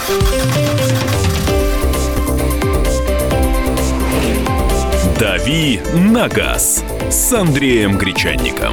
«Дави на газ» с Андреем Гречанником.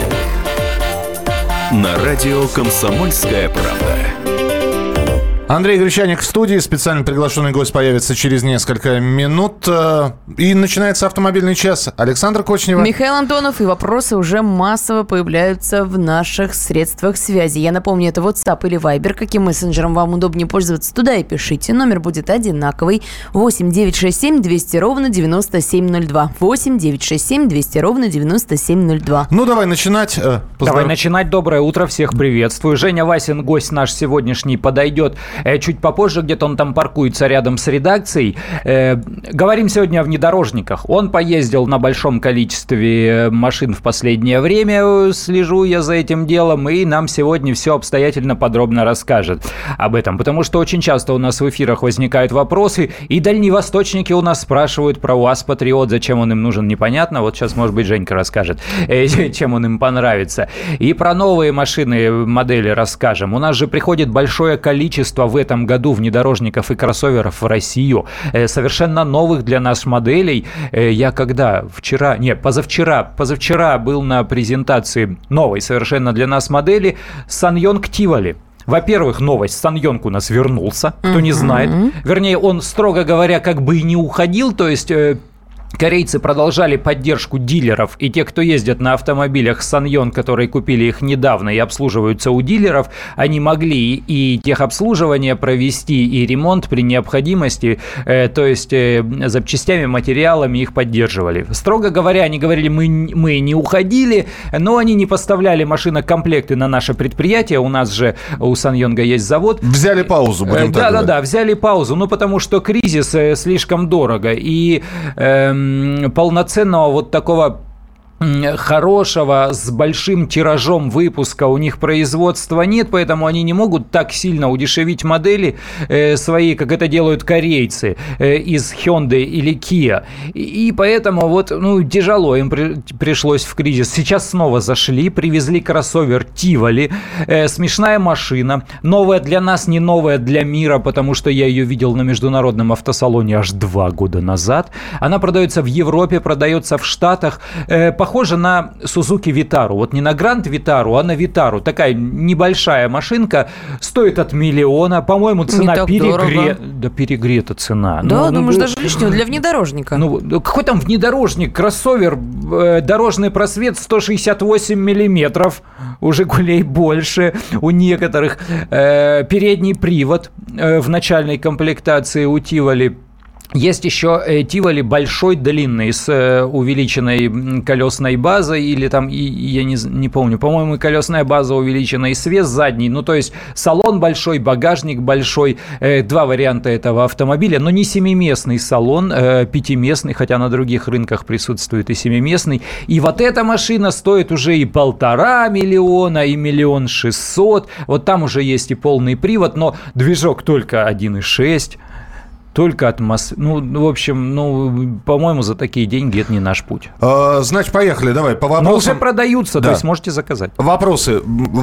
На радио «Комсомольская правда». Андрей Гречанник в студии. Специально приглашенный гость появится через несколько минут. И начинается автомобильный час. Александра Кочнева. Михаил Антонов. И вопросы уже массово появляются в наших средствах связи. Я напомню, это WhatsApp или Viber. Каким мессенджером вам удобнее пользоваться, туда и пишите. Номер будет одинаковый. 8 967 200 ровно 9702. 8 967 200 ровно 9702. Ну, давай начинать. Давай начинать. Доброе утро. Всех приветствую. Женя Васин, гость наш сегодняшний, подойдет чуть попозже, где-то он там паркуется рядом с редакцией. Говорим сегодня о внедорожниках. Он поездил на большом количестве машин в последнее время, слежу я за этим делом, и нам сегодня все обстоятельно, подробно расскажет об этом. Потому что очень часто у нас в эфирах возникают вопросы, и дальневосточники у нас спрашивают про УАЗ Патриот, зачем он им нужен, непонятно. Вот сейчас, может быть, Женька расскажет, чем он им понравится. И про новые машины, модели расскажем. У нас же приходит большое количество в этом году внедорожников и кроссоверов в Россию, совершенно новых для нас моделей. Я позавчера был на презентации новой совершенно для нас модели SsangYong Tivoli. Во-первых, новость. SsangYong у нас вернулся, кто не знает. Вернее, он, строго говоря, как бы и не уходил, то есть... Корейцы продолжали поддержку дилеров, и те, кто ездят на автомобилях SsangYong, которые купили их недавно и обслуживаются у дилеров, они могли и техобслуживание провести, и ремонт при необходимости, то есть запчастями, материалами их поддерживали. Строго говоря, они говорили, мы не уходили, но они не поставляли машинокомплекты на наше предприятие, у нас же у SsangYong есть завод. Взяли паузу, будем так говорить. Да, взяли паузу, потому что кризис, слишком дорого, и... полноценного вот такого хорошего, с большим тиражом выпуска у них производства нет, поэтому они не могут так сильно удешевить модели свои, как это делают корейцы из Hyundai или Kia. И поэтому тяжело им пришлось в кризис. Сейчас снова зашли, привезли кроссовер Tivoli, смешная машина, новая для нас, не новая для мира, потому что я ее видел на международном автосалоне аж 2 года назад. Она продается в Европе, продается в Штатах, похоже на Suzuki Vitara. Вот не на Grand Vitara, а на Vitara. Такая небольшая машинка, стоит от 1 миллиона. По-моему, цена перегрета цена. Да, думаешь, даже лишнего для внедорожника. Какой там внедорожник? Кроссовер, дорожный просвет 168 миллиметров. У «Жигулей» больше, у некоторых. Передний привод в начальной комплектации у Tivoli. Есть еще Tivoli большой, длинный, с увеличенной колесной базой, или там, я не помню, по-моему, колесная база увеличена и свес задний, то есть салон большой, багажник большой, 2 варианта этого автомобиля, но не 7-местный салон, 5-местный, хотя на других рынках присутствует и 7-местный, и вот эта машина стоит уже и 1,5 миллиона, и 1 600 000, вот там уже есть и полный привод, но движок только 1,6, только в общем, по-моему, за такие деньги это не наш путь. Значит, поехали, давай, по вопросам. Но уже продаются, да. То есть можете заказать. Вопросы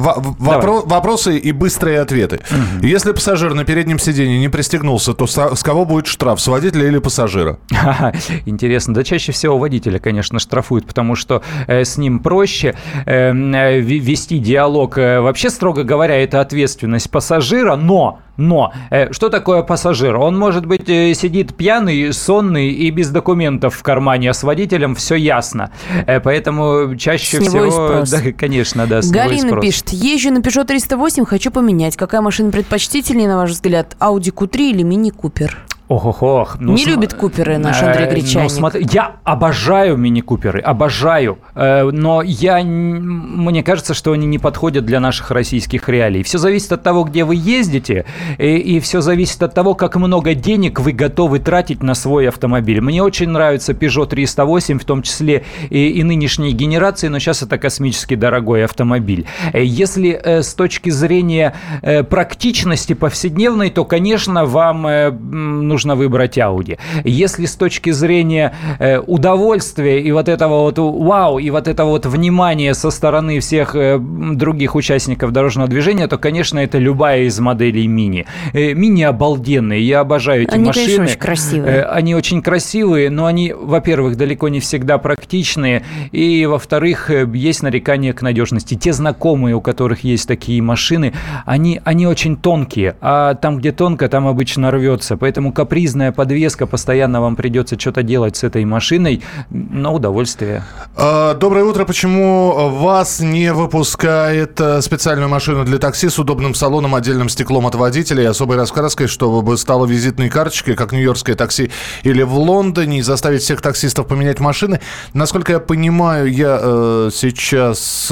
и быстрые ответы. Угу. Если пассажир на переднем сиденье не пристегнулся, то с кого будет штраф, с водителя или пассажира? Интересно. Да чаще всего водителя, конечно, штрафуют, потому что с ним проще вести диалог. Вообще, строго говоря, это ответственность пассажира, но что такое пассажир? Он, может быть, сидит пьяный, сонный и без документов в кармане, а с водителем все ясно. Поэтому чаще всего... Да, конечно, да, с него и спрос. Галина пишет: езжу на Peugeot 308, хочу поменять. Какая машина предпочтительнее, на ваш взгляд? Audi Q3 или Mini Cooper? Ох. Не любит Куперы наш Андрей Гречанник. Я обожаю мини-куперы, обожаю. Но мне кажется, что они не подходят для наших российских реалий. Все зависит от того, где вы ездите, и все зависит от того, как много денег вы готовы тратить на свой автомобиль. Мне очень нравится Peugeot 308, в том числе и нынешней генерации, но сейчас это космически дорогой автомобиль. Если с точки зрения практичности повседневной, то, конечно, вам нужно выбрать Audi. Если с точки зрения удовольствия и вот этого вот вау, и вот это вот внимание со стороны всех других участников дорожного движения, то, конечно, это любая из моделей Mini. Mini обалденные, я обожаю эти машины. Они, конечно, очень красивые. Они очень красивые, но они, во-первых, далеко не всегда практичные, и, во-вторых, есть нарекания к надежности. Те знакомые, у которых есть такие машины, они очень тонкие, а там, где тонко, там обычно рвется. Поэтому капризная подвеска, постоянно вам придется что-то делать с этой машиной на удовольствие. Доброе утро. Почему ВАЗ не выпускает специальную машину для такси с удобным салоном, отдельным стеклом от водителя и особой раскраской, чтобы стало визитной карточкой, как нью-йоркское такси или в Лондоне, и заставить всех таксистов поменять машины? Насколько я понимаю, я сейчас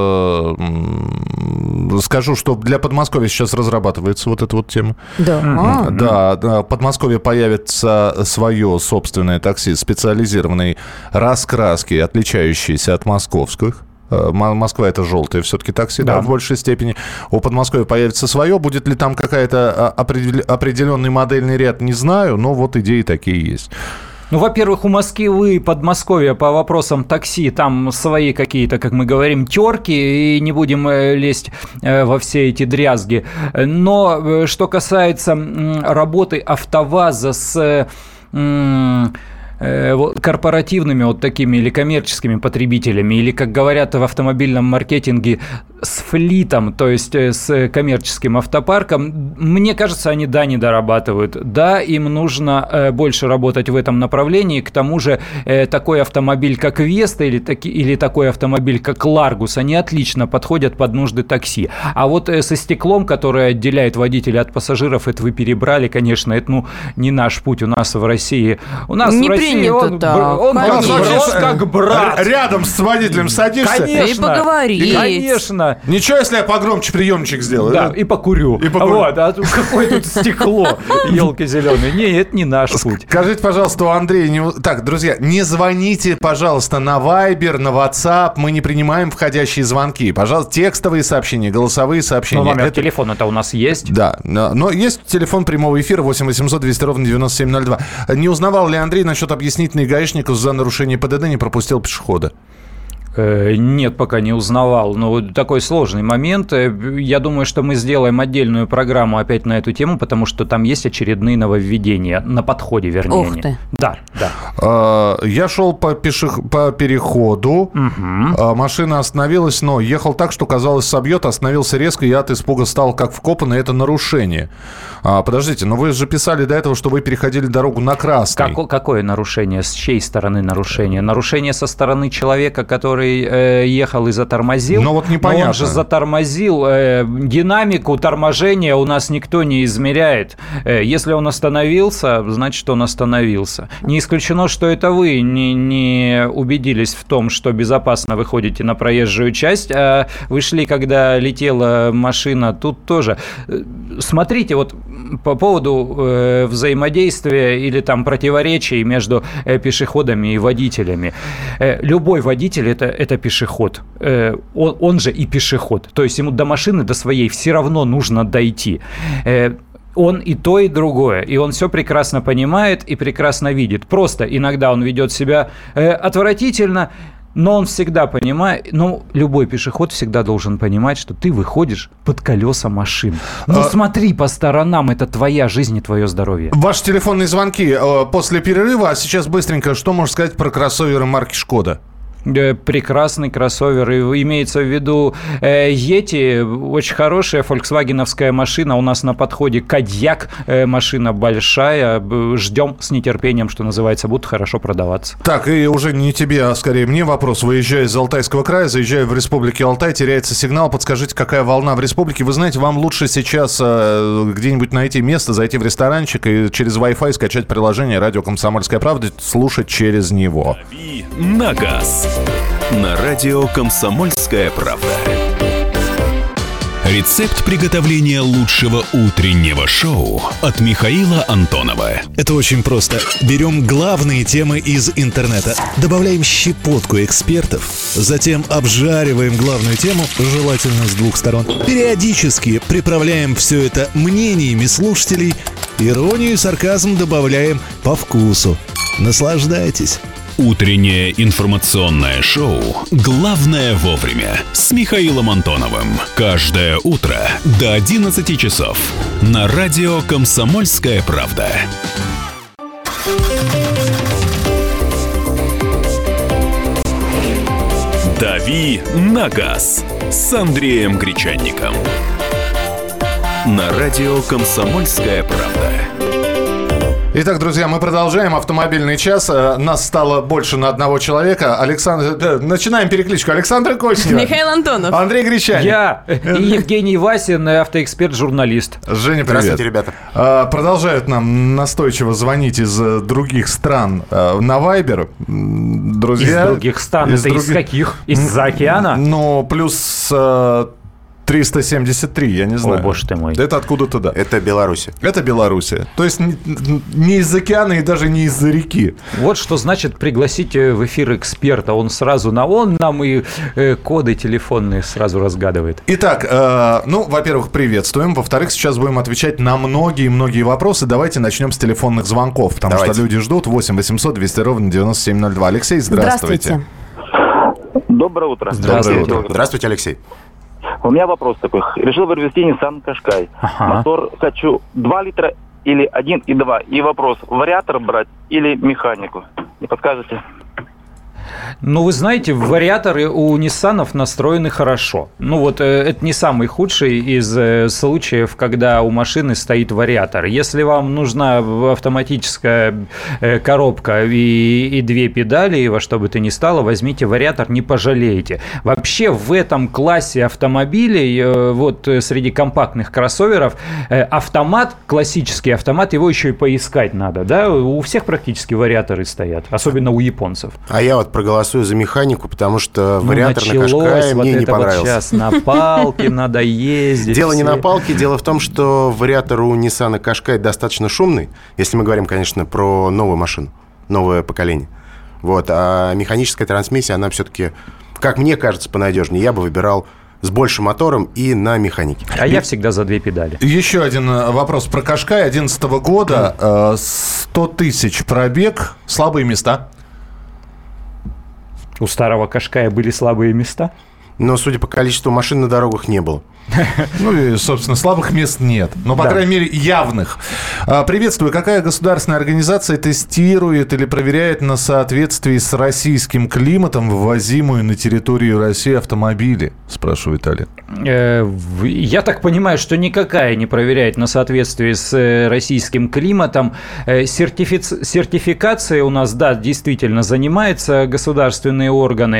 скажу, что для Подмосковья сейчас разрабатывается вот эта вот тема. Да. Да, в Подмосковье появится свое собственное такси специализированной раскраски, отличающейся от московских. Москва — это желтое все-таки такси, да, в большей степени. У Подмосковья появится свое. Будет ли там какая-то определенный модельный ряд, не знаю, но вот идеи такие есть. Ну, во-первых, у Москвы и Подмосковья по вопросам такси там свои какие-то, как мы говорим, терки, и не будем лезть во все эти дрязги. Но что касается работы АвтоВАЗа с корпоративными вот такими или коммерческими потребителями, или, как говорят в автомобильном маркетинге, с флитом, то есть с коммерческим автопарком, мне кажется, они, да, не дорабатывают. Да, им нужно больше работать в этом направлении. К тому же такой автомобиль, как Веста, или такой автомобиль, как Ларгус, они отлично подходят под нужды такси. А вот со стеклом, которое отделяет водителя от пассажиров, это вы перебрали, конечно, это не наш путь у нас в России. У нас не в России он как брат. Рядом с водителем садишься. Конечно. И поговорить. Конечно. Ничего, если я погромче приемчик сделаю. Да, и покурю. Вот, а какое тут стекло, елки зеленые. Не, это не наш путь. Скажите, пожалуйста, у Андрея... Так, друзья, не звоните, пожалуйста, на Viber, на WhatsApp. Мы не принимаем входящие звонки. Пожалуйста, текстовые сообщения, голосовые сообщения. Но номер телефона-то у нас есть. Да, но есть телефон прямого эфира 8 800 200 ровно 9702. Не узнавал ли Андрей насчет объяснительной гаишнику за нарушение ПДД не пропустил пешехода? Нет, пока не узнавал. Но такой сложный момент. Я думаю, что мы сделаем отдельную программу опять на эту тему, потому что там есть очередные нововведения. На подходе, вернее. Ух ты. Да. Я шел по переходу. Угу. Машина остановилась, но ехал так, что, казалось, собьет. Остановился резко, я от испуга стал как вкопанный. Это нарушение. Подождите, но вы же писали до этого, что вы переходили дорогу на красный. Какое нарушение? С чьей стороны нарушение? Нарушение со стороны человека, который ехал и затормозил. Но вот непонятно. Но он же затормозил. Динамику торможения у нас никто не измеряет. Если он остановился, значит, он остановился. Не исключено, что это вы не убедились в том, что безопасно выходите на проезжую часть, а вы шли, когда летела машина. Тут тоже. Смотрите, вот по поводу взаимодействия или там противоречий между пешеходами и водителями. Любой водитель – это пешеход. Он же и пешеход. То есть ему до машины, до своей все равно нужно дойти. Он и то, и другое. И он все прекрасно понимает и прекрасно видит. Просто иногда он ведет себя отвратительно, но он всегда понимает, любой пешеход всегда должен понимать, что ты выходишь под колеса машин. Смотри по сторонам, это твоя жизнь и твое здоровье. Ваши телефонные звонки после перерыва, а сейчас быстренько, что можно сказать про кроссоверы марки «Шкода»? Прекрасный кроссовер. И имеется в виду Yeti, очень хорошая фольксвагеновская машина. У нас на подходе Кодиак, машина большая. Ждем с нетерпением, что называется, будут хорошо продаваться. Так, и уже не тебе, а скорее мне вопрос. Выезжая из Алтайского края, заезжая в Республику Алтай, теряется сигнал. Подскажите, какая волна в республике? Вы знаете, вам лучше сейчас где-нибудь найти место, зайти в ресторанчик и через Wi-Fi скачать приложение «Радио Комсомольская правда», слушать через него. На газ. На радио «Комсомольская правда». Рецепт приготовления лучшего утреннего шоу от Михаила Антонова. Это очень просто. Берем главные темы из интернета, добавляем щепотку экспертов, затем обжариваем главную тему, желательно с двух сторон. Периодически приправляем все это мнениями слушателей Иронию и сарказм добавляем по вкусу. Наслаждайтесь. Утреннее информационное шоу «Главное вовремя» с Михаилом Антоновым. Каждое утро до 11 часов на радио «Комсомольская правда». «Дави на газ» с Андреем Гречанником. На радио «Комсомольская правда». Итак, друзья, мы продолжаем автомобильный час. Нас стало больше на одного человека. Начинаем перекличку. Александр Кочнева. Михаил Антонов. Андрей Гречаник. Я и Евгений Васин, автоэксперт-журналист. Женя, привет. Здравствуйте, ребята. Продолжают нам настойчиво звонить из других стран на Вайбер. Друзья. Из других стран? Это из каких? Из-за океана? Ну, плюс... 373, я не знаю. О, боже ты мой. Это откуда-то, да. Это Беларусь. Это Белоруссия. То есть не из океана и даже не из-за реки. Вот что значит пригласить в эфир эксперта. Он сразу нам и коды телефонные сразу разгадывает. Итак, во-первых, приветствуем. Во-вторых, сейчас будем отвечать на многие вопросы. Давайте начнем с телефонных звонков, потому что люди ждут. 8 800 200 ровно 9702. Алексей, здравствуйте. Доброе утро. Здравствуйте, Алексей. У меня вопрос такой. Решил приобрести Nissan Qashqai. Мотор хочу 2 литра или 1,2. И вопрос, вариатор брать или механику? Не подскажете? Ну, вы знаете, вариаторы у Ниссанов настроены хорошо. Ну, вот это не самый худший из случаев, когда у машины стоит вариатор. Если вам нужна автоматическая коробка и 2 педали, и во что бы то ни стало, возьмите вариатор, не пожалеете. Вообще, в этом классе автомобилей, вот среди компактных кроссоверов, автомат, классический автомат, его еще и поискать надо, да? У всех практически вариаторы стоят, особенно у японцев. А я вот проголосую за механику, потому что вариатор на Qashqai мне не понравился. Вот сейчас на палке надо ездить. Дело не на палке, дело в том, что вариатор у Nissan Qashqai достаточно шумный, если мы говорим, конечно, про новую машину, новое поколение. Вот. А механическая трансмиссия, она все-таки, как мне кажется, понадежнее. Я бы выбирал с большим мотором и на механике. А я всегда за 2 педали. Еще один вопрос про Qashqai 2011 года. 100 тысяч пробег, слабые места. У старого Qashqai были слабые места? Но, судя по количеству машин, на дорогах не было. Ну и, собственно, слабых мест нет. Но, по крайней мере, явных. Приветствую. Какая государственная организация тестирует или проверяет на соответствии с российским климатом ввозимые на территорию России автомобили? Спрашивает Олег. Я так понимаю, что никакая не проверяет на соответствии с российским климатом. Сертификацией у нас, да, действительно занимаются государственные органы.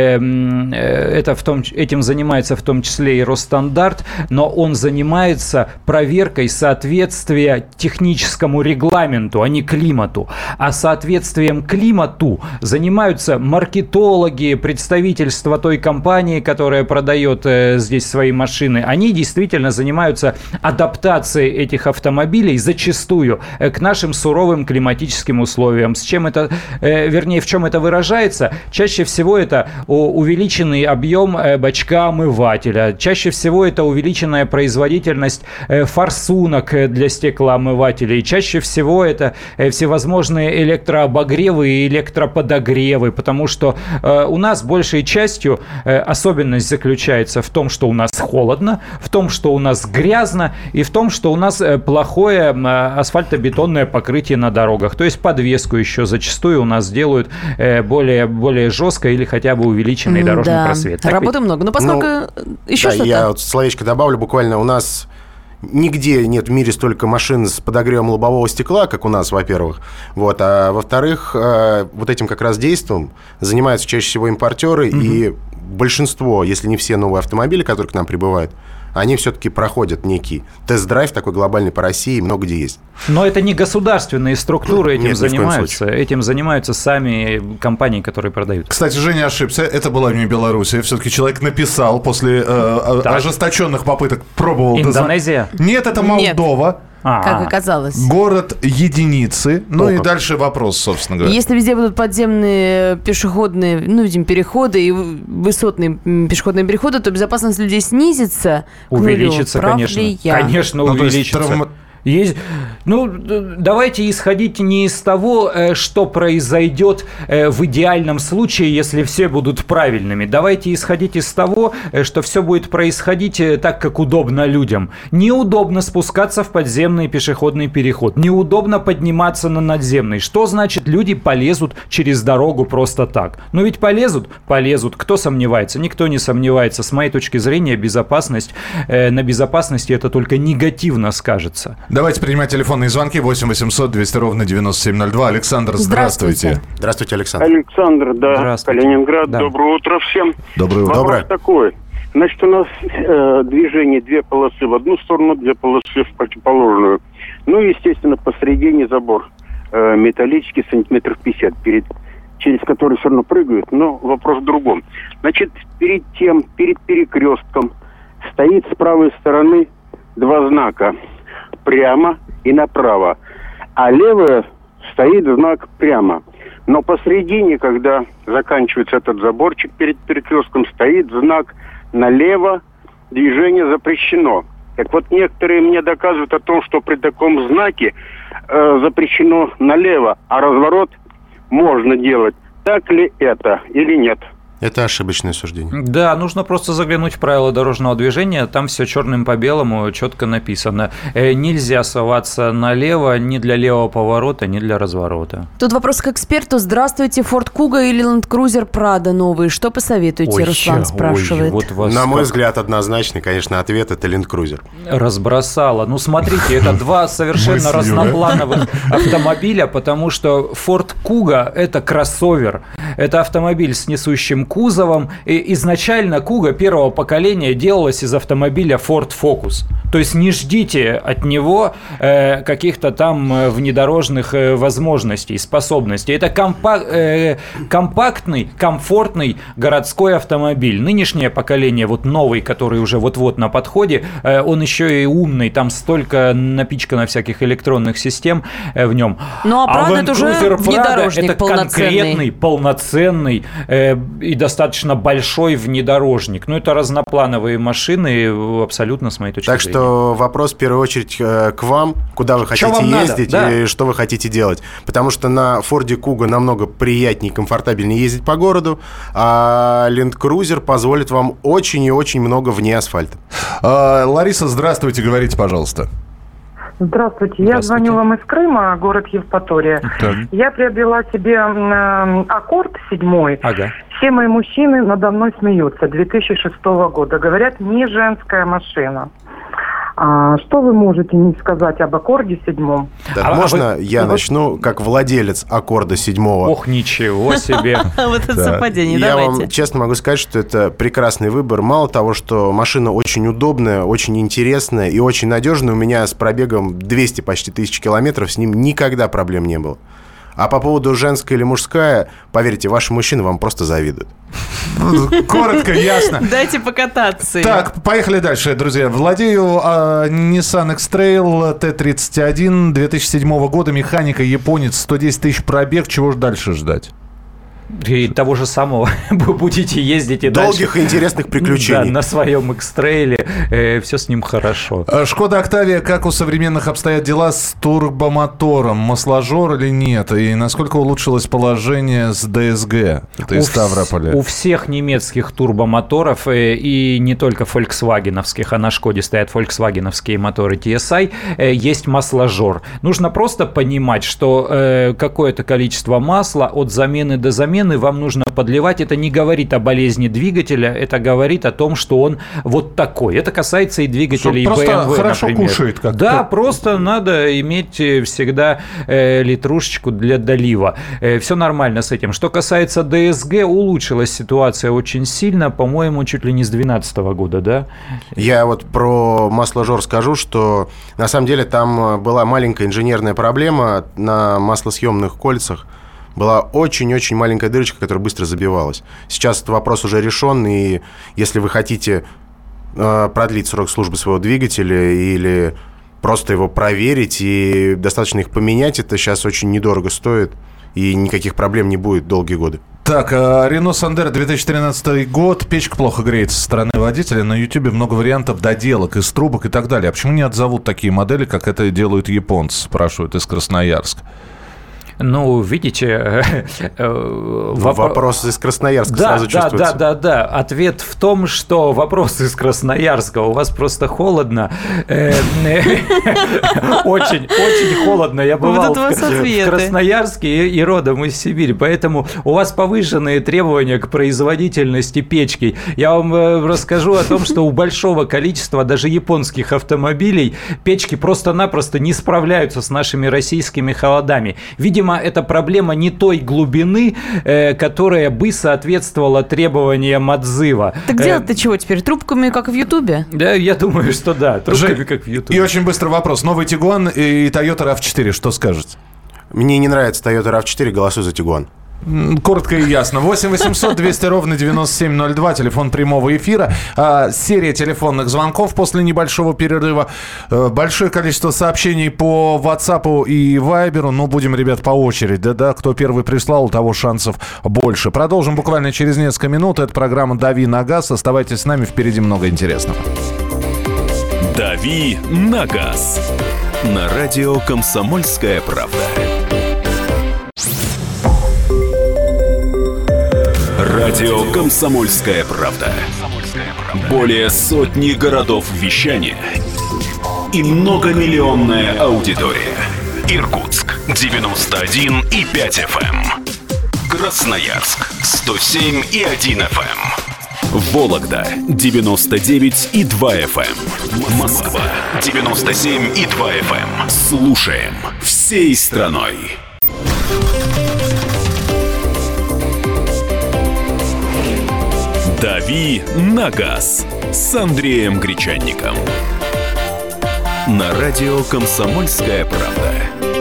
Этим занимается в том числе и Росстандарт, но он занимается проверкой соответствия техническому регламенту, а не климату. А соответствием климату занимаются маркетологи, представительства той компании, которая продает здесь свои машины. Они действительно занимаются адаптацией этих автомобилей зачастую к нашим суровым климатическим условиям. В чем это выражается? Чаще всего это увеличенный объем бачка омывателя. Чаще всего это увеличенная производительность форсунок для стеклоомывателей. Чаще всего это всевозможные электрообогревы и электроподогревы, потому что у нас большей частью особенность заключается в том, что у нас холодно, в том, что у нас грязно и в том, что у нас плохое асфальтобетонное покрытие на дорогах. То есть подвеску еще зачастую у нас делают более жестко или хотя бы увеличенный дорожный просвет. Так работы ведь? много. Но поскольку еще что-то... Я вот словечко добавлю. Буквально у нас нигде нет в мире столько машин с подогревом лобового стекла, как у нас, во-первых. Вот. А во-вторых, вот этим как раз действием занимаются чаще всего импортеры. И большинство, если не все новые автомобили, которые к нам прибывают, они все-таки проходят некий тест-драйв такой глобальный по России, много где есть. Но это не государственные структуры этим занимаются. Этим занимаются сами компании, которые продают. Кстати, Женя ошибся. Это была не Белоруссия. Все-таки человек написал после ожесточенных попыток, пробовал... Индонезия? Нет, это Молдова. Как оказалось. Город единицы. Ну и дальше вопрос, собственно говоря. Если везде будут подземные пешеходные, переходы и высотные пешеходные переходы, то безопасность людей снизится. Увеличится, конечно. Конечно, увеличится. Давайте исходить не из того, что произойдет в идеальном случае, если все будут правильными. Давайте исходить из того, что все будет происходить так, как удобно людям. Неудобно спускаться в подземный пешеходный переход. Неудобно подниматься на надземный. Что значит люди полезут через дорогу просто так? Ну ведь полезут. Кто сомневается? Никто не сомневается. С моей точки зрения, на безопасности это только негативно скажется. Давайте принимать телефонные звонки. 8 800 200 ровно 9702. Александр, здравствуйте. Здравствуйте, Александр. Александр, да, Здравствуйте. Калининград. Да. Доброе утро всем. Доброе утро. Вопрос такой. Значит, у нас движение 2 полосы в одну сторону, 2 полосы в противоположную. Ну, естественно, посередине забор металлический, сантиметров 50, через который все равно прыгают. Но вопрос в другом. Значит, перед перекрестком стоит с правой стороны 2 знака. Прямо и направо. А левая стоит знак прямо. Но посередине, когда заканчивается этот заборчик перед перекрестком, стоит знак налево, движение запрещено. Так вот, некоторые мне доказывают о том, что при таком знаке запрещено налево, а разворот можно делать. Так ли это или нет? Это ошибочное суждение. Да, нужно просто заглянуть в правила дорожного движения, там все черным по белому четко написано. Нельзя соваться налево ни для левого поворота, ни для разворота. Тут вопрос к эксперту. Здравствуйте, Ford Kuga или Land Cruiser Prado новые? Что посоветуете, Руслан спрашивает. На мой взгляд, однозначный, конечно, ответ – это Land Cruiser. Разбросала. Ну, смотрите, это два совершенно разноплановых автомобиля, потому что Ford Kuga – это кроссовер. Это автомобиль с несущим кузовом. И изначально Kuga первого поколения делалась из автомобиля Ford Focus. То есть не ждите от него каких-то там внедорожных возможностей, способностей. Это компактный, комфортный городской автомобиль. Нынешнее поколение, вот новый, который уже вот-вот на подходе, он еще и умный. Там столько напичкано всяких электронных систем в нем. Ну, а Prado это уже внедорожник это конкретный, полноценный и достаточно большой внедорожник. Ну, это разноплановые машины, абсолютно, с моей точки зрения. Так что вопрос в первую очередь к вам, куда вы хотите ездить, да, и что вы хотите делать. Потому что на Форде Kuga намного приятнее и комфортабельнее ездить по городу, а Land Cruiser позволит вам очень и очень много вне асфальта. Лариса, здравствуйте, говорите, пожалуйста. Здравствуйте. Я звоню вам из Крыма, город Евпатория. Так. Я приобрела себе Аккорд 7. Ага. Все мои мужчины надо мной смеются. 2006 года. Говорят, не женская машина. Что вы можете мне сказать об Аккорде 7? Да, можно я начну как владелец Аккорда 7? Ох, ничего себе! Вот это совпадение, давайте. Я вам честно могу сказать, что это прекрасный выбор. Мало того, что машина очень удобная, очень интересная и очень надежная. У меня с пробегом 200 почти тысяч километров с ним никогда проблем не было. А по поводу женская или мужская, поверьте, ваши мужчины вам просто завидуют. Коротко, ясно. Дайте покататься. Так, поехали дальше, друзья. Владею Nissan X-Trail T31 2007 года, механика, японец, 110 тысяч пробег. Чего же дальше ждать? И того же самого будете ездить и долгих дальше. И интересных приключений. Да, на своем X-Trail. Все с ним хорошо. Шкода Октавия, как у современных обстоят дела с турбомотором? Масложор или нет? И насколько улучшилось положение с DSG? Это из Ставрополя. У всех немецких турбомоторов, и не только фольксвагеновских, а на Шкоде стоят фольксвагеновские моторы TSI, есть масложор. Нужно просто понимать, что какое-то количество масла от замены до замены вам нужно подливать. Это не говорит о болезни двигателя, это говорит о том, что он вот такой. Это касается и двигателей BMW, просто хорошо например. Кушает как-то. Да, просто надо иметь всегда литрушечку для долива. Все нормально с этим. Что касается DSG, улучшилась ситуация очень сильно, по-моему, чуть ли не с 2012 года, да? Я вот про масложор скажу, что на самом деле там была маленькая инженерная проблема на маслосъемных кольцах. Была очень-очень маленькая дырочка, которая быстро забивалась. Сейчас этот вопрос уже решен, и если вы хотите продлить срок службы своего двигателя или просто его проверить и достаточно их поменять, это сейчас очень недорого стоит. и никаких проблем не будет долгие годы. Так, Renault Sandero 2013 год. Печка плохо греется со стороны водителя. На YouTube много вариантов доделок из трубок и так далее. А почему не отзовут такие модели, как это делают японцы, спрашивают из Красноярска? Ну, видите... Вопрос из Красноярска сразу чувствуется. Да. Ответ в том, что вопрос из Красноярска. У вас просто холодно. Очень холодно. Я бывал в Красноярске и родом из Сибири. Поэтому у вас повышенные требования к производительности печки. Я вам расскажу о том, что у большого количества даже японских автомобилей печки просто-напросто не справляются с нашими российскими холодами. Видимо, это проблема не той глубины, которая бы соответствовала требованиям отзыва. Так делать-то чего теперь? Трубками, как в Ютубе? Да, я думаю, что да. Трубками, как в Ютубе. И очень быстрый вопрос. Новый Тигуан и Toyota RAV4. Что скажете? Мне не нравится Toyota RAV4, голосую за Тигуан. Коротко и ясно. 8 800 200 ровно 9702, телефон прямого эфира. Серия телефонных звонков после небольшого перерыва. Большое количество сообщений по WhatsApp и Viber. Ну, будем, ребят, по очереди. Да, кто первый прислал, у того шансов больше. Продолжим буквально через несколько минут. Это программа «Дави на газ». Оставайтесь с нами, впереди много интересного. «Дави на газ» на радио «Комсомольская правда». Радио «Комсомольская правда». Более сотни городов вещания и многомиллионная аудитория. Иркутск 91,5 FM. Красноярск 107,1 FM. Вологда 99,2 FM. Москва 97,2 FM. Слушаем всей страной. «Дави на газ» с Андреем Гречанником. На радио «Комсомольская правда».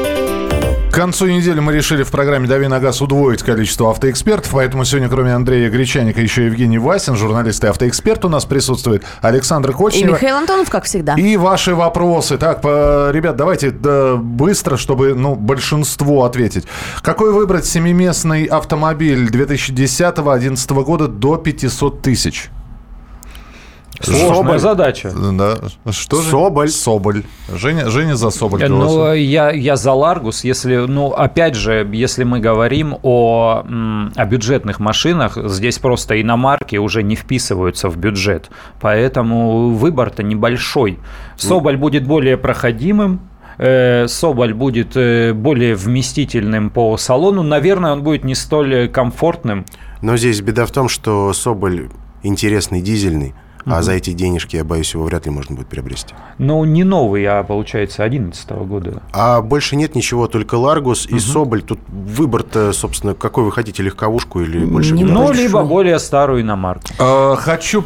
К концу недели мы решили в программе «Дави на газ» удвоить количество автоэкспертов, поэтому сегодня, кроме Андрея Гречаника, еще Евгений Васин, журналист и автоэксперт. У нас присутствует Александра Кочнева. И Михаил Антонов, как всегда. И ваши вопросы. Так, ребят, давайте быстро, чтобы большинство ответить. Какой выбрать семиместный автомобиль 2010-2011 года до 500 тысяч? Сложная задача. Да. Что же? Соболь. Женя за Соболь. Ну, я за Ларгус. Опять же, если мы говорим о бюджетных машинах, здесь просто иномарки уже не вписываются в бюджет. Поэтому выбор-то небольшой. Соболь будет более проходимым. Соболь будет более вместительным по салону. Наверное, он будет не столь комфортным. Но здесь беда в том, что Соболь интересный, дизельный. А за эти денежки, я боюсь, его вряд ли можно будет приобрести. Ну, не новый, а, получается, 2011 года. А больше нет ничего, только Ларгус и Соболь. Тут выбор-то, собственно, какой вы хотите, легковушку или больше? Либо более старую иномарку. Хочу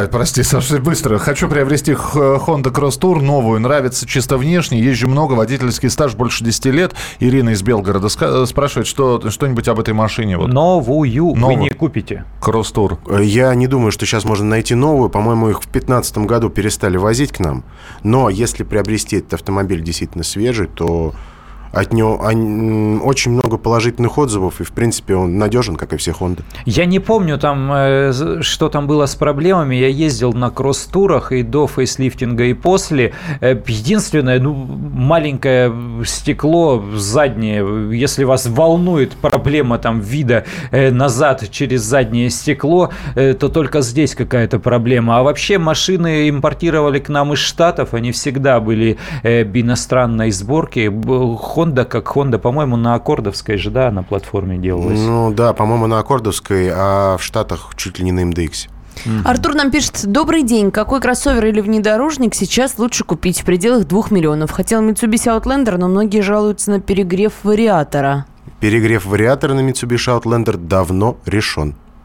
приобрести Honda Cross Tour новую. Нравится чисто внешне. Езжу много, водительский стаж больше 10 лет. Ирина из Белгорода спрашивает, что-нибудь об этой машине. Новую вы не купите. Cross Tour. Я не думаю, что сейчас можно найти новую. По-моему, их в 2015 году перестали возить к нам. Но если приобрести этот автомобиль действительно свежий, то от него очень много положительных отзывов, и, в принципе, он надежен, как и все Honda. Я не помню, что там было с проблемами. Я ездил на кросс-турах и до фейслифтинга, и после. Единственное, маленькое стекло заднее. Если вас волнует проблема вида назад через заднее стекло, то только здесь какая-то проблема. А вообще машины импортировали к нам из Штатов. Они всегда были иностранной сборки. Honda, как Honda, по-моему, на Аккордовской же, да, на платформе делалась. Ну да, по-моему, на Аккордовской, а в Штатах чуть ли не на MDX. Артур нам пишет: добрый день, какой кроссовер или внедорожник сейчас лучше купить в пределах 2 миллионов? Хотел Mitsubishi Outlander, но многие жалуются на перегрев вариатора. Перегрев вариатора на Mitsubishi Outlander давно решен.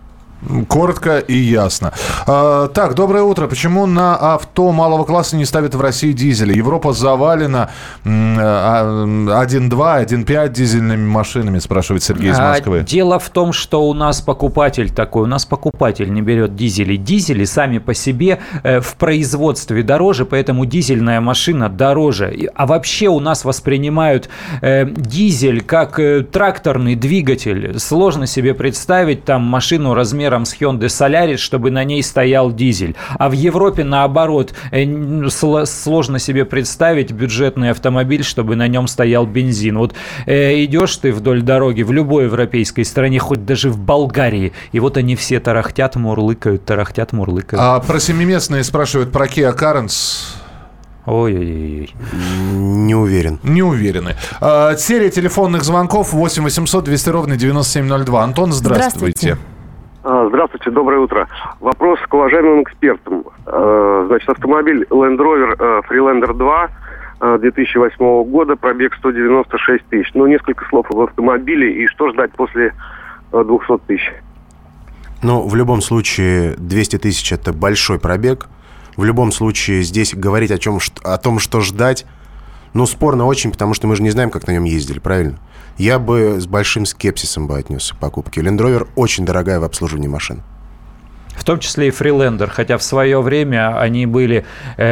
Коротко и ясно. Так, доброе утро. Почему на авто малого класса не ставят в России дизели? Европа завалена 1.2, 1.5 дизельными машинами, спрашивает Сергей из Москвы. Дело в том, что у нас покупатель такой. У нас покупатель не берет дизели. Дизели сами по себе в производстве дороже, поэтому дизельная машина дороже. А вообще у нас воспринимают дизель как тракторный двигатель. Сложно себе представить там машину размером с Hyundai Solaris, чтобы на ней стоял дизель. А в Европе, наоборот, сложно себе представить бюджетный автомобиль, чтобы на нем стоял бензин. Вот идешь ты вдоль дороги в любой европейской стране, хоть даже в Болгарии, и вот они все тарахтят, мурлыкают. А про семиместные спрашивают про Kia Carens. Ой-ой-ой. Не уверен. Не уверены. Серия телефонных звонков 8 800 200 ровно 9702. Антон, здравствуйте. Здравствуйте, доброе утро. Вопрос к уважаемым экспертам. Значит, автомобиль Land Rover Freelander 2 2008 года, пробег 196 тысяч. Ну, несколько слов об автомобиле и что ждать после 200 тысяч. Ну, в любом случае, 200 тысяч – это большой пробег. В любом случае, здесь говорить о том, что ждать, ну, спорно очень, потому что мы же не знаем, как на нем ездили, правильно? Я бы с большим скепсисом отнесся к покупке. Land Rover очень дорогая в обслуживании машин. В том числе и Freelander, хотя в свое время они были...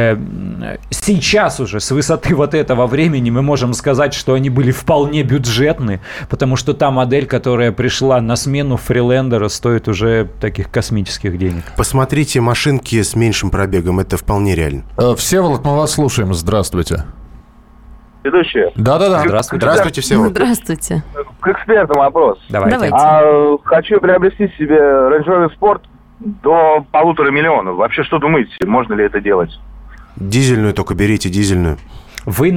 сейчас уже, с высоты вот этого времени, мы можем сказать, что они были вполне бюджетны, потому что та модель, которая пришла на смену Freelander, стоит уже таких космических денег. Посмотрите машинки с меньшим пробегом, это вполне реально. Всеволод, мы вас слушаем. Здравствуйте. Ведущие? Да-да-да. Здравствуйте. Здравствуйте, Всеволод. Здравствуйте. К экспертам вопрос. Давайте. Хочу приобрести себе Range Rover Sport до 1,5 миллиона. Вообще, что думаете, можно ли это делать? Дизельную только берите, дизельную. Вы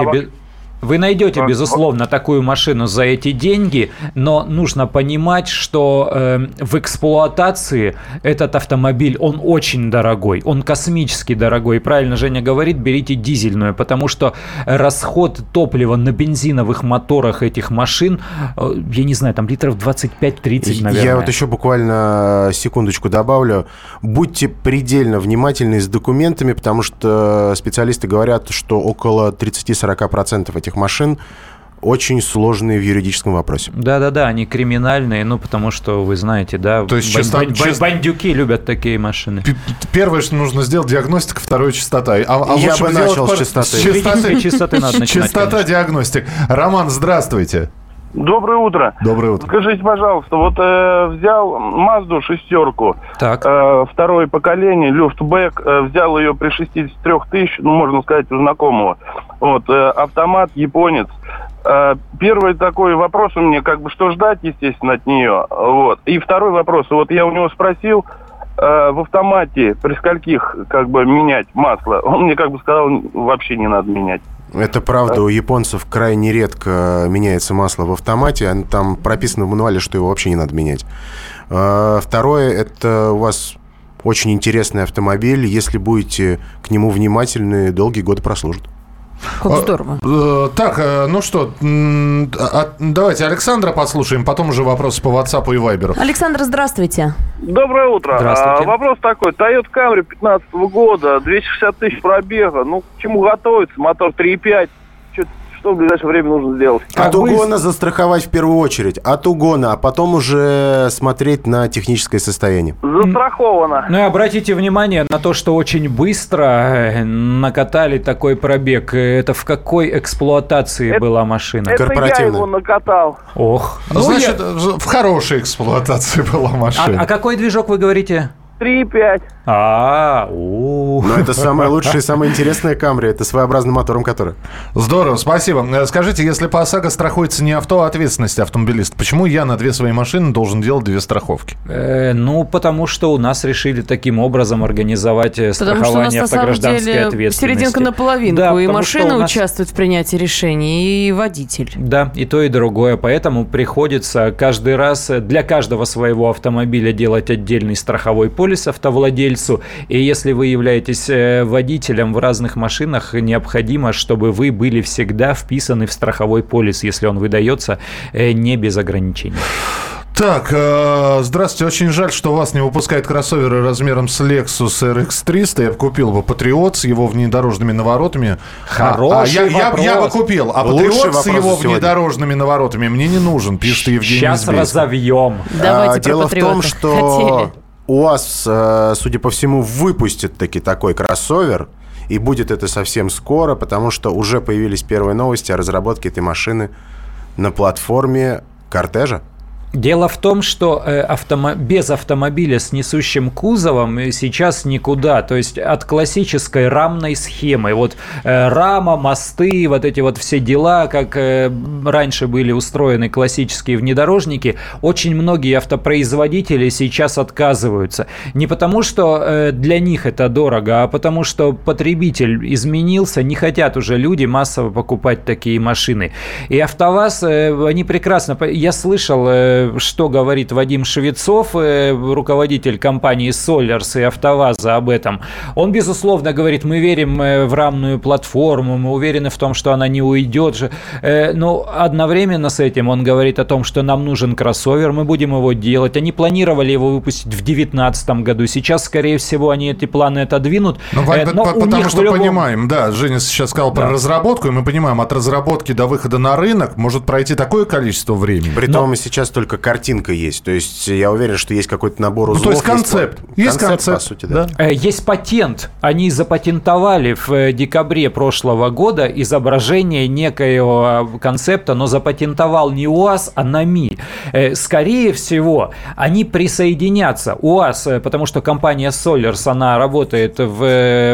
найдете, безусловно, такую машину за эти деньги, но нужно понимать, что в эксплуатации этот автомобиль, он очень дорогой, он космически дорогой. И правильно Женя говорит, берите дизельную, потому что расход топлива на бензиновых моторах этих машин, я не знаю, там литров 25-30, наверное. Я вот еще буквально секундочку добавлю. Будьте предельно внимательны с документами, потому что специалисты говорят, что около 30-40% этих машин очень сложные в юридическом вопросе. Да-да-да, они криминальные, ну, потому что, вы знаете, да, то есть бандюки любят такие машины. Первое, что нужно сделать, диагностика, второе, частота. Я бы начал с частоты. Частота, диагностик. Роман, здравствуйте. Доброе утро. Доброе утро. Скажите, пожалуйста, вот взял Мазду шестерку, второе поколение, люфтбэк, взял ее при 63 тысяч, ну, можно сказать, у знакомого. Вот, автомат, японец. Первый такой вопрос у меня, как бы, что ждать, естественно, от нее. Вот. И второй вопрос, вот я у него спросил, в автомате при скольких, как бы, менять масло? Он мне, как бы, сказал, вообще не надо менять. Это правда, у японцев крайне редко меняется масло в автомате. Там прописано в мануале, что его вообще не надо менять. Второе, это у вас очень интересный автомобиль. Если будете к нему внимательны, долгие годы прослужит. Как здорово. Так, ну что, давайте Александра послушаем, потом уже вопросы по WhatsApp и Viber. Александр, здравствуйте. Доброе утро. Здравствуйте. Вопрос такой. Toyota Camry 2015 года, 260 тысяч пробега. Ну, к чему готовиться? Мотор 3.5. Что в ближайшее время нужно сделать? От угона застраховать в первую очередь. От угона, а потом уже смотреть на техническое состояние. Застраховано. Ну и обратите внимание на то, что очень быстро накатали такой пробег. Это в какой эксплуатации была машина? Это я его накатал. Ох. Значит, в хорошей эксплуатации была машина. А какой движок вы говорите? 3.5. Но это самое лучшее и самое интересное Camry. Это своеобразным мотором который. Здорово, спасибо. Скажите, если по ОСАГО страхуется не авто, а ответственность автомобилиста, почему я на две свои машины должен делать две страховки? Ну, потому что у нас решили таким образом организовать страхование автогражданской ответственности. Серединка наполовинку. Да, и машина участвует в принятии решений, и водитель. Да, и то, и другое. Поэтому приходится каждый раз для каждого своего автомобиля делать отдельный страховой полис автовладельцу. И если вы являетесь водителем в разных машинах, необходимо, чтобы вы были всегда вписаны в страховой полис, если он выдается не без ограничений. Так, здравствуйте. Очень жаль, что вас не выпускают кроссоверы размером с Lexus RX 300. Я бы купил бы Патриот с его внедорожными наворотами. Хороший вопрос. Я бы купил. А Патриот с его внедорожными наворотами мне не нужен, пишет Евгений Сейчас Избейский. разовьем. Дело в том, что УАЗ, судя по всему, выпустит такой кроссовер. И будет это совсем скоро, потому что уже появились первые новости о разработке этой машины на платформе кортежа. Дело в том, что без автомобиля с несущим кузовом сейчас никуда. То есть от классической рамной схемы. Вот рама, мосты, вот эти вот все дела, как раньше были устроены классические внедорожники, очень многие автопроизводители сейчас отказываются. Не потому, что для них это дорого, а потому, что потребитель изменился, не хотят уже люди массово покупать такие машины. И АвтоВАЗ, они прекрасно... Я слышал... что говорит Вадим Швецов, руководитель компании Solers и АвтоВАЗа об этом. Он, безусловно, говорит, мы верим в рамную платформу, мы уверены в том, что она не уйдет. Но одновременно с этим он говорит о том, что нам нужен кроссовер, мы будем его делать. Они планировали его выпустить в 2019 году. Сейчас, скорее всего, они эти планы отодвинут. Потому что понимаем, да, Женя сейчас сказал про разработку, и мы понимаем, от разработки до выхода на рынок может пройти такое количество времени. Притом сейчас только картинка есть. То есть я уверен, что есть какой-то набор узлов. То есть концепт. Есть концепт, по сути, да. Есть патент. Они запатентовали в декабре прошлого года изображение некоего концепта, но запатентовал не УАЗ, а НАМИ. Скорее всего, они присоединятся. УАЗ, потому что компания Solers, она работает в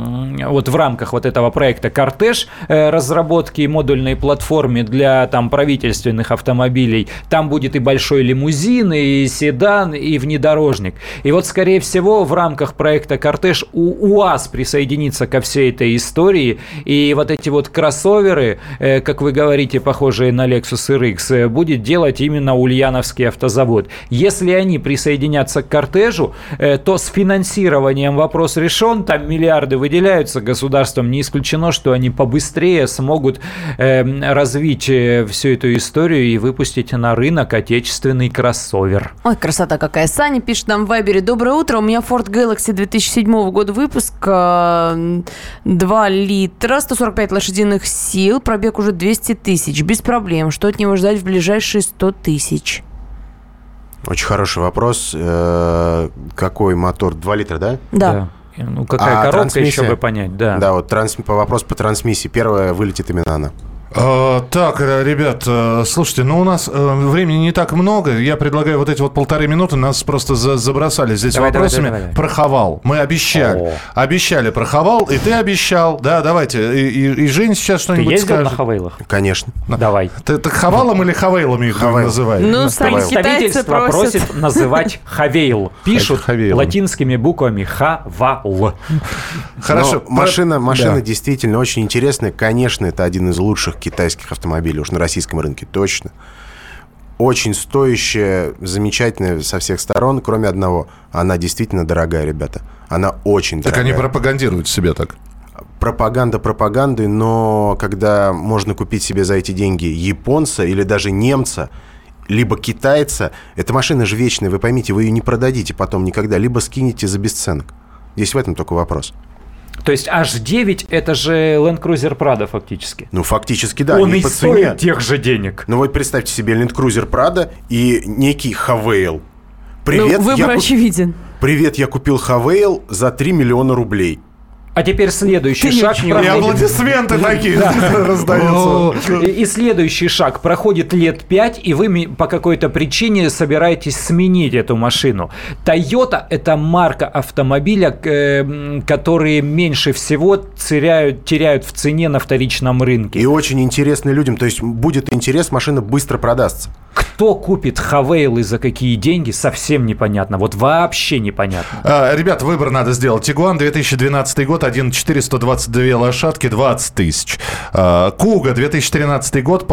рамках вот этого проекта «Кортеж», разработки модульной платформы для правительственных автомобилей. Там будет и большой лимузин, и седан, и внедорожник. И вот, скорее всего, в рамках проекта «Кортеж» УАЗ присоединится ко всей этой истории, и вот эти вот кроссоверы, как вы говорите, похожие на Lexus RX, будет делать именно Ульяновский автозавод. Если они присоединятся к «Кортежу», то с финансированием вопрос решен, там миллиарды выделяются государством, не исключено, что они побыстрее смогут развить всю эту историю и выпустить на рынок отечественный кроссовер. Ой, красота какая. Саня пишет нам в Вайбере: доброе утро, у меня Ford Galaxy 2007 года выпуска, 2 литра, 145 лошадиных сил, пробег уже 200 тысяч, без проблем. Что от него ждать в ближайшие 100 тысяч? Очень хороший вопрос. Какой мотор? 2 литра, да? Да. Ну, какая коробка, еще бы понять, да. Да, вот вопрос по трансмиссии. Первая вылетит именно она. Так, ребят, слушайте, у нас времени не так много. Я предлагаю вот эти 1,5 минуты. Нас просто забросали здесь вопросами. Давай. Про Хавал. Мы обещали. Обещали про Хавал, и ты обещал. Да, давайте. И Женя сейчас что-нибудь скажет. Ты ездил на Хавейлах? Конечно. Давай. Ты Хавалом или Хавейлом их называешь? Представительство просит называть Хавейл. Пишут латинскими буквами Хавал. Хорошо. Машина действительно очень интересная. Конечно, это один из лучших китайских автомобилей уж на российском рынке, точно. Очень стоящая, замечательная со всех сторон, кроме одного. Она действительно дорогая, ребята. Она очень дорогая. Так они пропагандируют себя так? Пропаганда пропагандой, но когда можно купить себе за эти деньги японца или даже немца, либо китайца, эта машина же вечная, вы поймите, вы ее не продадите потом никогда, либо скинете за бесценок. Здесь в этом только вопрос. То есть H9 это же Land Cruiser Prado фактически. Ну, фактически, да. Он и стоит тех же денег. Ну, вот представьте себе Land Cruiser Prado и некий Хавейл. Привет, выбор очевиден. Привет, я купил Хавейл за 3 миллиона рублей. А теперь следующий шаг. И аплодисменты такие раздаются. И следующий шаг. Проходит лет 5, и вы по какой-то причине собираетесь сменить эту машину. Toyota – это марка автомобиля, которые меньше всего теряют в цене на вторичном рынке. И очень интересно людям. То есть будет интерес, машина быстро продастся. Кто купит Хавейл и за какие деньги, совсем непонятно. Вот вообще непонятно. Ребят, выбор надо сделать. Тигуан, 2012 год, 1.4, 122 лошадки, 20 тысяч. Куга, 2013 год,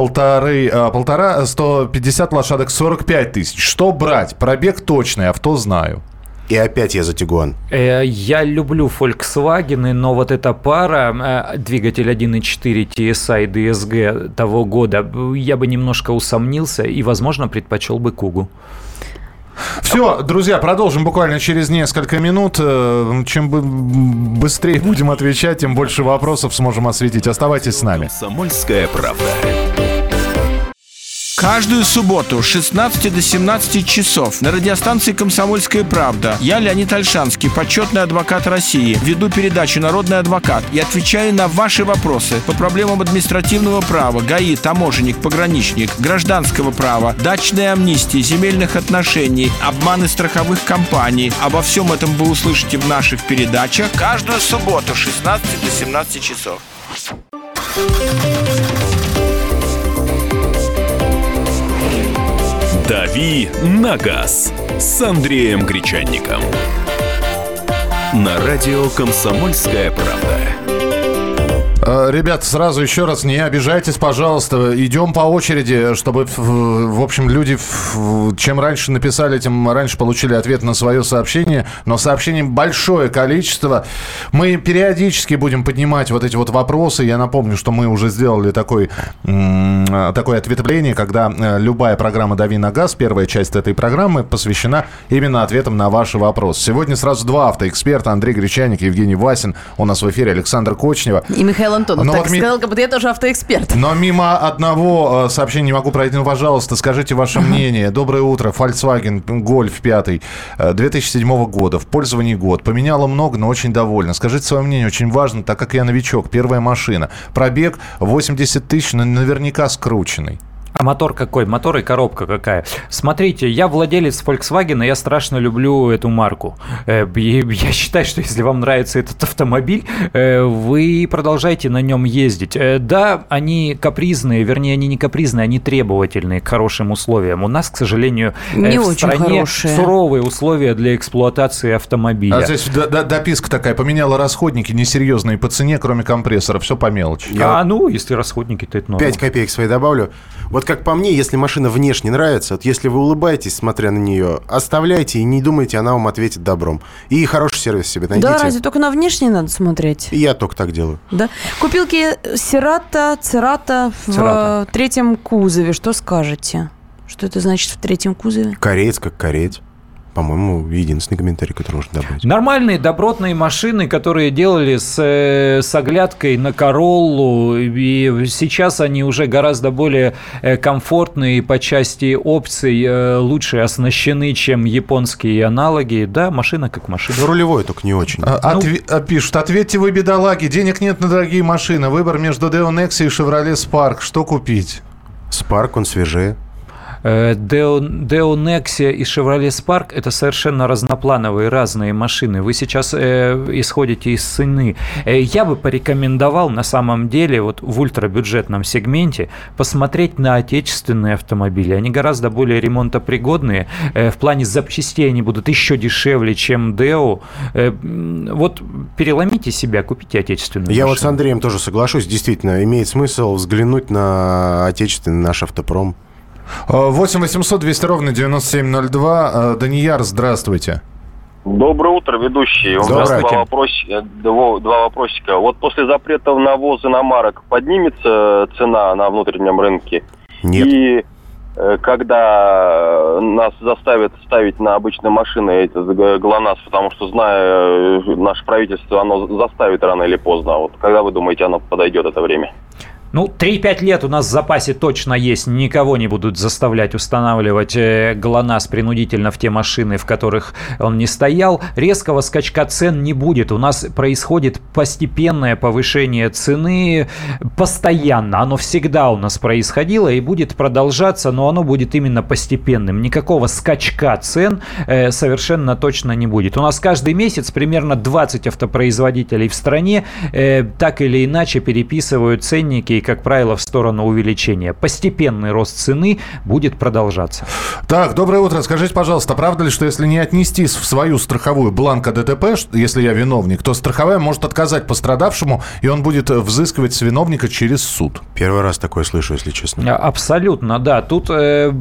полтора, 150 лошадок, 45 тысяч. Что брать? Пробег точный, авто знаю. И опять я за Тигуан. Я люблю Volkswagen, но вот эта пара, двигатель 1.4 TSI DSG того года, я бы немножко усомнился и, возможно, предпочел бы Кугу. Все, друзья, продолжим буквально через несколько минут. Чем быстрее будем отвечать, тем больше вопросов сможем осветить. Оставайтесь с нами. «Комсомольская правда». Каждую субботу с 16 до 17 часов на радиостанции «Комсомольская правда» я, Леонид Ольшанский, почетный адвокат России, веду передачу «Народный адвокат» и отвечаю на ваши вопросы по проблемам административного права, ГАИ, таможенник, пограничник, гражданского права, дачной амнистии, земельных отношений, обманы страховых компаний. Обо всем этом вы услышите в наших передачах каждую субботу с 16 до 17 часов. «Дави на газ» с Андреем Гречанником. На радио «Комсомольская правда». Ребята, сразу еще раз, не обижайтесь, пожалуйста. Идем по очереди, чтобы, в общем, люди чем раньше написали, тем раньше получили ответ на свое сообщение. Но сообщений большое количество. Мы периодически будем поднимать вот эти вот вопросы. Я напомню, что мы уже сделали такое ответвление, когда любая программа «Дави на газ», первая часть этой программы посвящена именно ответам на ваши вопросы. Сегодня сразу два автоэксперта: Андрей Гречаник и Евгений Васин. У нас в эфире Александр Кочнева. И Михаил Антонов. Но так вот сказал, как будто я тоже автоэксперт. Но мимо одного сообщения не могу пройти. Ну, пожалуйста, скажите ваше мнение. Доброе утро. Volkswagen Golf 5 2007 года. В пользовании год. Поменяла много, но очень довольна. Скажите свое мнение. Очень важно, так как я новичок. Первая машина. Пробег 80 тысяч, наверняка скрученный. А мотор какой? Мотор и коробка какая? Смотрите, я владелец Volkswagen, и я страшно люблю эту марку. Я считаю, что если вам нравится этот автомобиль, вы продолжайте на нем ездить. Да, они капризные, вернее, они не капризные, они требовательные к хорошим условиям. У нас, к сожалению, не в стране хорошие. Суровые условия для эксплуатации автомобиля. А здесь дописка такая: поменяла расходники несерьезные по цене, кроме компрессора. Все по мелочи. Если расходники, то это норма. 5 копеек свои добавлю. Вот как по мне, если машина внешне нравится, вот если вы улыбаетесь, смотря на нее, оставляйте и не думайте, она вам ответит добром. И хороший сервис себе найдите. Да, разве только на внешне надо смотреть? И я только так делаю. Да. Купил Церата в третьем кузове. Что скажете? Что это значит в третьем кузове? Кореец как кореец. По-моему, единственный комментарий, который можно добавить. Нормальные, добротные машины, которые делали с оглядкой на Короллу, и сейчас они уже гораздо более комфортные по части опций, лучше оснащены, чем японские аналоги. Да, машина как машина. Рулевой только не очень. Пишут: ответьте вы, бедолаги, денег нет на дорогие машины. Выбор между Deo Nexia и Chevrolet Spark. Что купить? Spark, он свежее. Deo Nexia и Chevrolet Spark – это совершенно разноплановые, разные машины. Вы сейчас исходите из цены. Я бы порекомендовал на самом деле вот в ультрабюджетном сегменте посмотреть на отечественные автомобили. Они гораздо более ремонтопригодные. В плане запчастей они будут еще дешевле, чем Deo. Вот переломите себя, купите отечественную машину. Я вот с Андреем тоже соглашусь. Действительно, имеет смысл взглянуть на отечественный наш автопром. 8 800 200 ровно 9702. Данияр, здравствуйте. Доброе утро, ведущий. У меня два вопросика. Вот после запретов на ввоз иномарок поднимется цена на внутреннем рынке? Нет. И когда нас заставят ставить на обычные машины этот ГЛОНАСС, потому что, зная наше правительство, оно заставит рано или поздно. Вот когда вы думаете, оно подойдет это время? 3-5 лет у нас в запасе точно есть. Никого не будут заставлять устанавливать ГЛОНАСС принудительно в те машины, в которых он не стоял. Резкого скачка цен не будет. У нас происходит постепенное повышение цены постоянно. Оно всегда у нас происходило и будет продолжаться, но оно будет именно постепенным. Никакого скачка цен совершенно точно не будет. У нас каждый месяц примерно 20 автопроизводителей в стране так или иначе переписывают ценники и, как правило, в сторону увеличения. Постепенный рост цены будет продолжаться. Так, доброе утро. Скажите, пожалуйста, правда ли, что если не отнести в свою страховую бланк о ДТП, если я виновник, то страховая может отказать пострадавшему, и он будет взыскивать с виновника через суд? Первый раз такое слышу, если честно. Абсолютно, да. Тут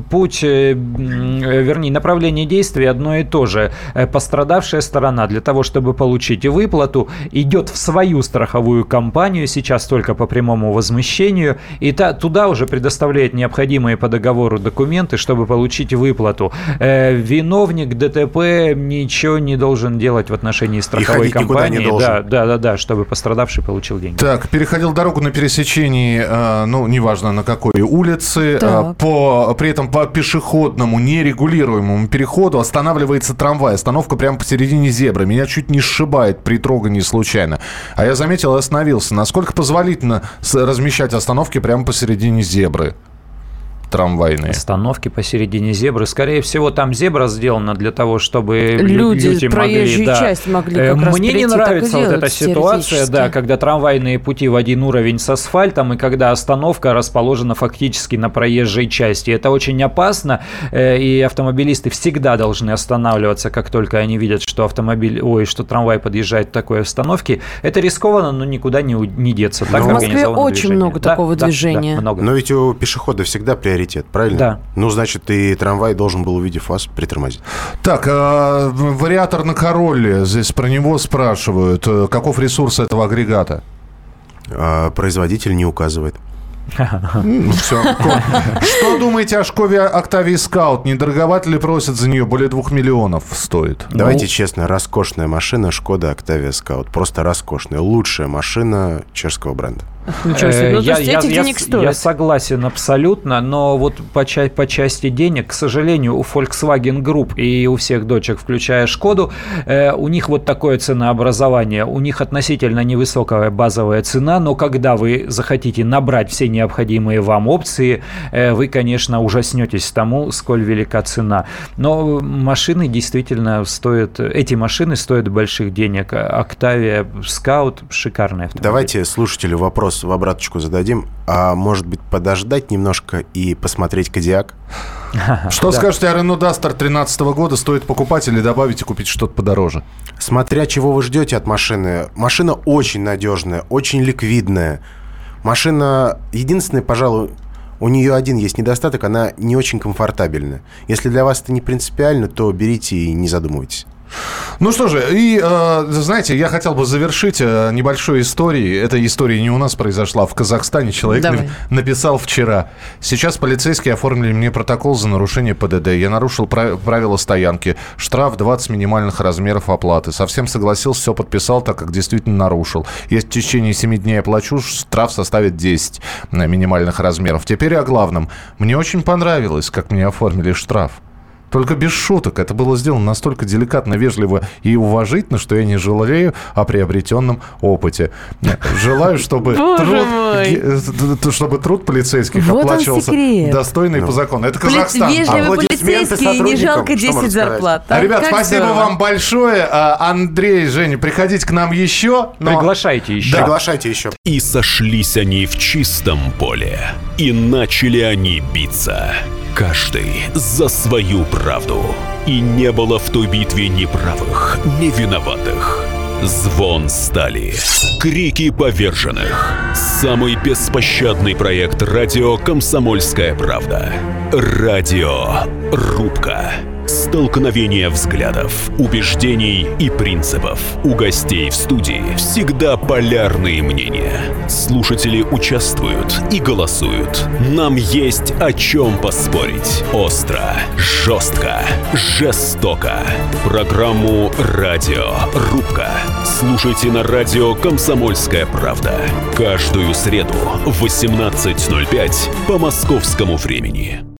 направление действия одно и то же. Пострадавшая сторона для того, чтобы получить выплату, идет в свою страховую компанию, сейчас только по прямому возмещению, и туда уже предоставляет необходимые по договору документы, чтобы получить выплату. Виновник ДТП ничего не должен делать в отношении страховой компании. Да, чтобы пострадавший получил деньги. Так, переходил дорогу на пересечении, неважно на какой улице, при этом по пешеходному нерегулируемому переходу останавливается трамвай. Остановка прямо посередине зебры. Меня чуть не сшибает при трогании случайно. А я заметил и остановился. Насколько позволительно размещать остановки прямо посередине зебры? Трамвайные. Остановки посередине зебры. Скорее всего, там зебра сделана для того, чтобы люди проезжую часть могли как раз Мне прийти, не нравится вот эта ситуация, да, когда трамвайные пути в один уровень с асфальтом, и когда остановка расположена фактически на проезжей части. Это очень опасно, и автомобилисты всегда должны останавливаться, как только они видят, что что трамвай подъезжает к такой остановке. Это рискованно, но никуда не деться. Так в Москве очень движение. много такого движения. Да, много. Но ведь у пешехода всегда приоритет, правильно? Да. Значит, и трамвай должен был, увидев вас, притормозить. Так, вариатор на Королле. Здесь про него спрашивают. Каков ресурс этого агрегата? Производитель не указывает. Все. Что думаете о Шкоде Октавии Скаут? Не дороговато ли просят за нее? Более 2 миллионов стоит. Давайте честно, роскошная машина Шкода Октавия Скаут. Просто роскошная. Лучшая машина чешского бренда. Я согласен абсолютно, но вот по части денег, к сожалению, у Volkswagen Group и у всех дочек, включая Шкоду, у них вот такое ценообразование. У них относительно невысокая базовая цена, но когда вы захотите набрать все необходимые вам опции, вы, конечно, ужаснетесь тому, сколь велика цена. Но машины действительно эти машины стоят больших денег. Октавия Скаут – шикарный автомобиль. Давайте слушателю вопрос в обраточку зададим. А может быть, подождать немножко и посмотреть Кодиак? Что скажете о Renault Duster 2013 года? Стоит покупать или добавить и купить что-то подороже? Смотря чего вы ждете от машины. Машина очень надежная, очень ликвидная. Машина, единственное, пожалуй, у нее один есть недостаток, она не очень комфортабельна. Если для вас это не принципиально, то берите и не задумывайтесь. Ну что же, и, знаете, я хотел бы завершить небольшой историей. Эта история не у нас произошла, в Казахстане. Человек написал вчера. Сейчас полицейские оформили мне протокол за нарушение ПДД. Я нарушил правила стоянки. Штраф 20 минимальных размеров оплаты. Совсем согласился, все подписал, так как действительно нарушил. Если в течение 7 дней оплачу, штраф составит 10 минимальных размеров. Теперь о главном. Мне очень понравилось, как мне оформили штраф. Только без шуток. Это было сделано настолько деликатно, вежливо и уважительно, что я не жалею о приобретенном опыте. Желаю, чтобы труд полицейских оплачивался достойно и по закону. Это Казахстан. Вежливый полицейский, не жалко 10 зарплат. Ребят, спасибо вам большое. Андрей, Женя, приходите к нам еще. Приглашайте еще. Приглашайте еще. И сошлись они в чистом поле. И начали они биться. Каждый за свою правду. И не было в той битве ни правых, ни виноватых. Звон стали. Крики поверженных. Самый беспощадный проект радио «Комсомольская правда». Радиорубка. Столкновение взглядов, убеждений и принципов. У гостей в студии всегда полярные мнения. Слушатели участвуют и голосуют. Нам есть о чем поспорить. Остро, жестко, жестоко. Программу «Радиорубка» слушайте на радио «Комсомольская правда». Каждую среду в 18:05 по московскому времени.